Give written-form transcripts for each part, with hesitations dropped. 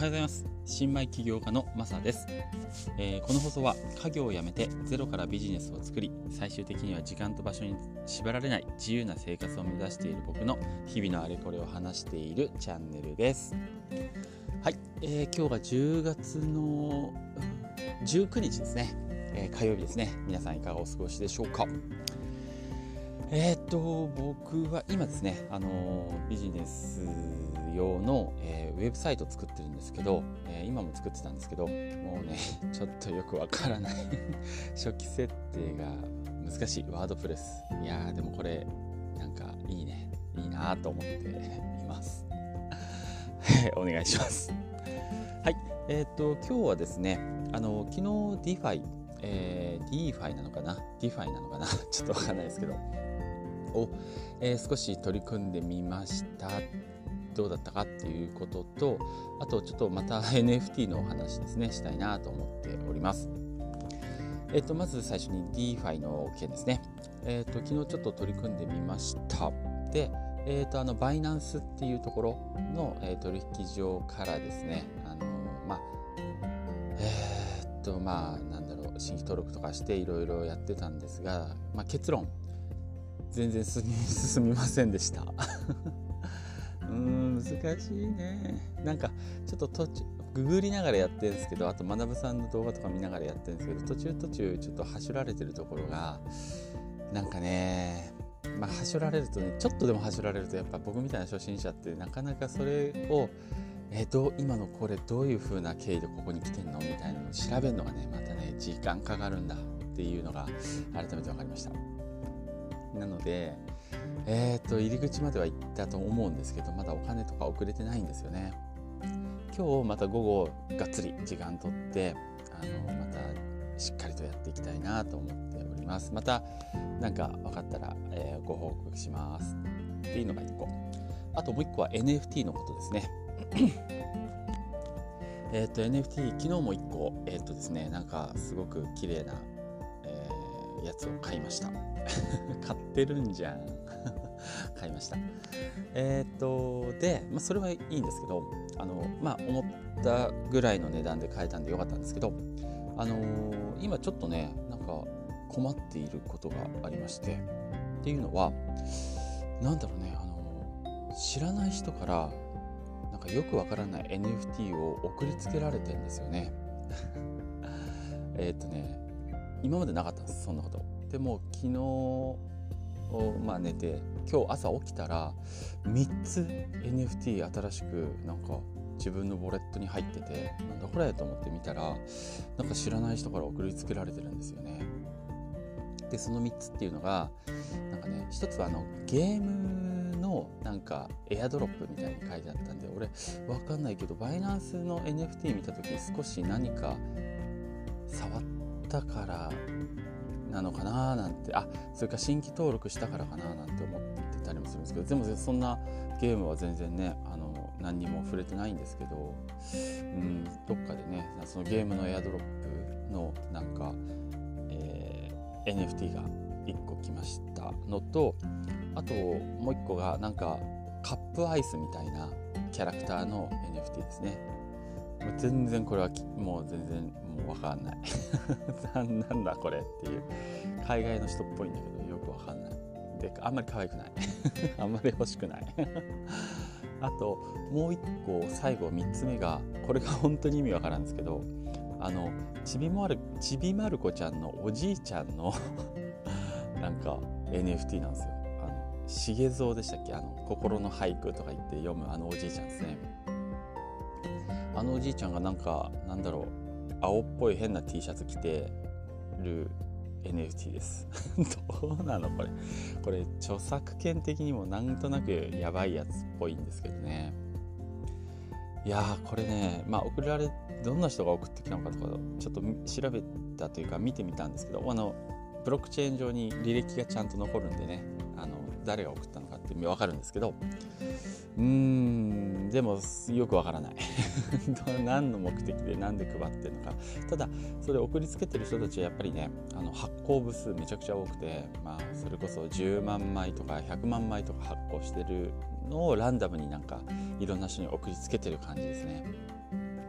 はようございます。新米起業家のマサです。この放送は家業を辞めてゼロからビジネスを作り、最終的には時間と場所に縛られない自由な生活を目指している僕の日々のあれこれを話しているチャンネルです。はい、今日が10月の19日ですね、火曜日ですね。皆さんいかがお過ごしでしょうか。僕は今ですね、ビジネス用の、ウェブサイトを作ってるんですけど、今も作ってたんですけど、もうねちょっとよくわからない初期設定が難しいワードプレス。いやーでもこれなんかいいなと思っていますお願いします。はい、今日はですね、昨日 DeFi なのかなちょっとわかんないですけどを、少し取り組んでみました。どうだったかっていうことと、あとちょっとまた NFT のお話ですねしたいなと思っております。まず最初に DeFi の件ですね。昨日ちょっと取り組んでみました。で、バイナンスっていうところの、取引所からですね、新規登録とかしていろいろやってたんですが、結論全然進みませんでした難しいね。なんかちょっとググりながらやってるんですけど、あと学さんの動画とか見ながらやってるんですけど、途中ちょっと走られてるところがなんかね、走られるとね、ちょっとでも走られるとやっぱ僕みたいな初心者ってなかなかそれを今のこれどういう風な経緯でここに来てんのみたいなのを調べるのがねまたね時間かかるんだっていうのが改めて分かりました。なので入り口までは行ったと思うんですけど、まだお金とか遅れてないんですよね。今日また午後がっつり時間取ってまたしっかりとやっていきたいなと思っております。またなんか分かったら、ご報告しますっていうのが1個。あともう1個は NFT のことですねNFT 昨日も1個ですね、なんかすごく綺麗な、やつを買いました買ってるんじゃん買いましたで、それはいいんですけど、思ったぐらいの値段で買えたんでよかったんですけど、今ちょっとねなんか困っていることがありまして、っていうのはなんだろうね、知らない人からなんかよくわからない NFT を送りつけられてるんですよね今までなかったんです、そんなこと。でも昨日寝て今日朝起きたら3つ NFT 新しくなんか自分のウォレットに入ってて、なんだこれと思って見たらなんか知らない人から送りつけられてるんですよね。でその3つっていうのがなんかね、一つはゲームのなんかエアドロップみたいに書いてあったんで、俺わかんないけどバイナンスの NFT 見た時少し何か触ったからなのかななんて、それから新規登録したからかななんて思ってたりもするんですけど、でもそんなゲームは全然ね何にも触れてないんですけど、どっかでねそのゲームのエアドロップのなんか、NFT が1個来ましたのと、あともう1個がなんかカップアイスみたいなキャラクターの NFT ですね。全然これはもう全然もう分かんないなんだこれっていう、海外の人っぽいんだけどよく分かんないで、あんまり可愛くないあんまり欲しくないあともう一個最後3つ目が、これが本当に意味わからんですけど、ちびまる子ちゃんのおじいちゃんのなんか NFT なんですよ。しげぞうでしたっけ、心の俳句とか言って読むおじいちゃんですね。おじいちゃんがなんか青っぽい変な T シャツ着てる NFT ですどうなのこれ著作権的にもなんとなくやばいやつっぽいんですけどね。いやーこれね、どんな人が送ってきたのかとかちょっと調べたというか見てみたんですけど、ブロックチェーン上に履歴がちゃんと残るんでね、誰が送ったのかって分かるんですけど、でもよくわからない何の目的で何で配ってるのか。ただそれ送りつけてる人たちはやっぱりね発行部数めちゃくちゃ多くて、それこそ10万枚とか100万枚とか発行してるのをランダムになんかいろんな人に送りつけてる感じですね。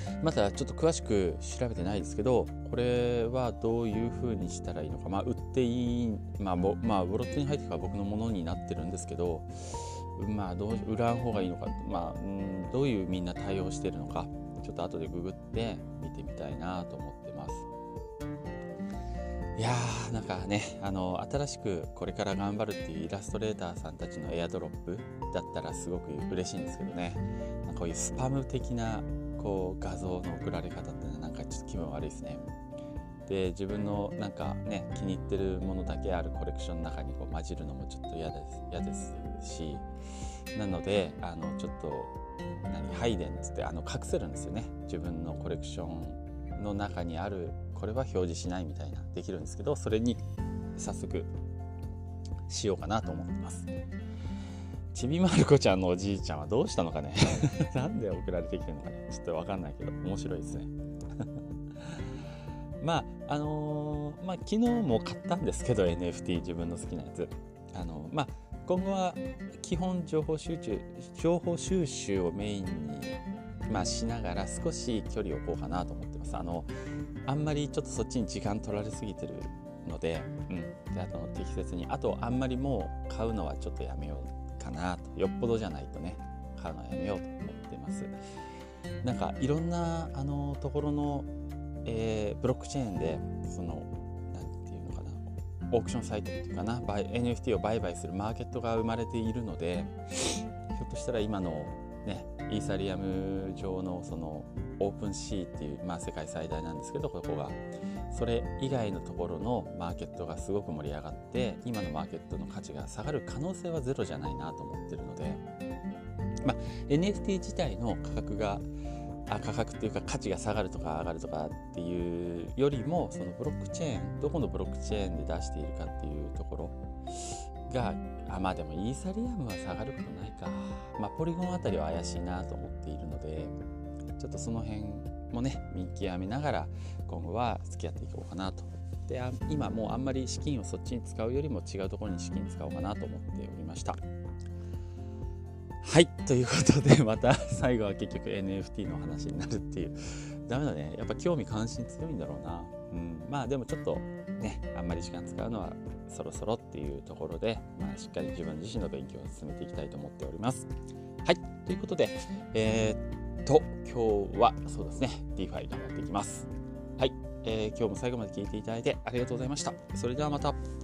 まだちょっと詳しく調べてないですけど、これはどういう風にしたらいいのか、売っていい、ウォレットに入ってから僕のものになってるんですけど、どう売らん方がいいのか、どういうみんな対応してるのか、ちょっと後でググって見てみたいなと思ってます。いやー、なんかね、新しくこれから頑張るっていうイラストレーターさんたちのエアドロップだったらすごく嬉しいんですけどね、こういうスパム的なこう画像の送られ方ってなんかちょっと気分悪いですね。で、自分のなんかね、気に入ってるものだけあるコレクションの中にこう混じるのもちょっと嫌ですし、なのでちょっとハイデンっつって隠せるんですよね。自分のコレクションの中にあるこれは表示しないみたいなできるんですけど、それに早速しようかなと思ってます。ちびまる子ちゃんのおじいちゃんはどうしたのかねなんで送られてきてるのかね、ちょっと分かんないけど面白いですね昨日も買ったんですけど NFT 自分の好きなやつ、今後は基本情報収集をメインに、しながら少し距離を置こうかなと思ってます。あんまりちょっとそっちに時間取られすぎてるので、であと適切に、あとあんまりもう買うのはちょっとやめようかなと、よっぽどじゃないとね買うのはやめようと思ってます。なんかいろんなところの、ブロックチェーンでそのなんていうのかな、オークションサイトっていうかな、NFT を売買するマーケットが生まれているので、ひょっとしたら今のねイーサリアム上のそのオープンシーっていう、世界最大なんですけど、ここがそれ以外のところのマーケットがすごく盛り上がって、今のマーケットの価値が下がる可能性はゼロじゃないなと思ってるので、NFT 自体の価格っていうか価値が下がるとか上がるとかっていうよりも、そのブロックチェーン、どこのブロックチェーンで出しているかっていうところが、でもイーサリアムは下がることないか、ポリゴンあたりは怪しいなと思っているので、ちょっとその辺もね見極めながら今後は付き合っていこうかなと。で、今もうあんまり資金をそっちに使うよりも違うところに資金使おうかなと思っておりました。はい、ということで、また最後は結局 NFT の話になるっていう、ダメだね、やっぱ興味関心強いんだろうな。でもちょっとね、あんまり時間使うのはそろそろっていうところで、しっかり自分自身の勉強を進めていきたいと思っております。はい、ということで今日はそうですね DeFi 頑張っていきます。はい、今日も最後まで聞いていただいてありがとうございました。それではまた。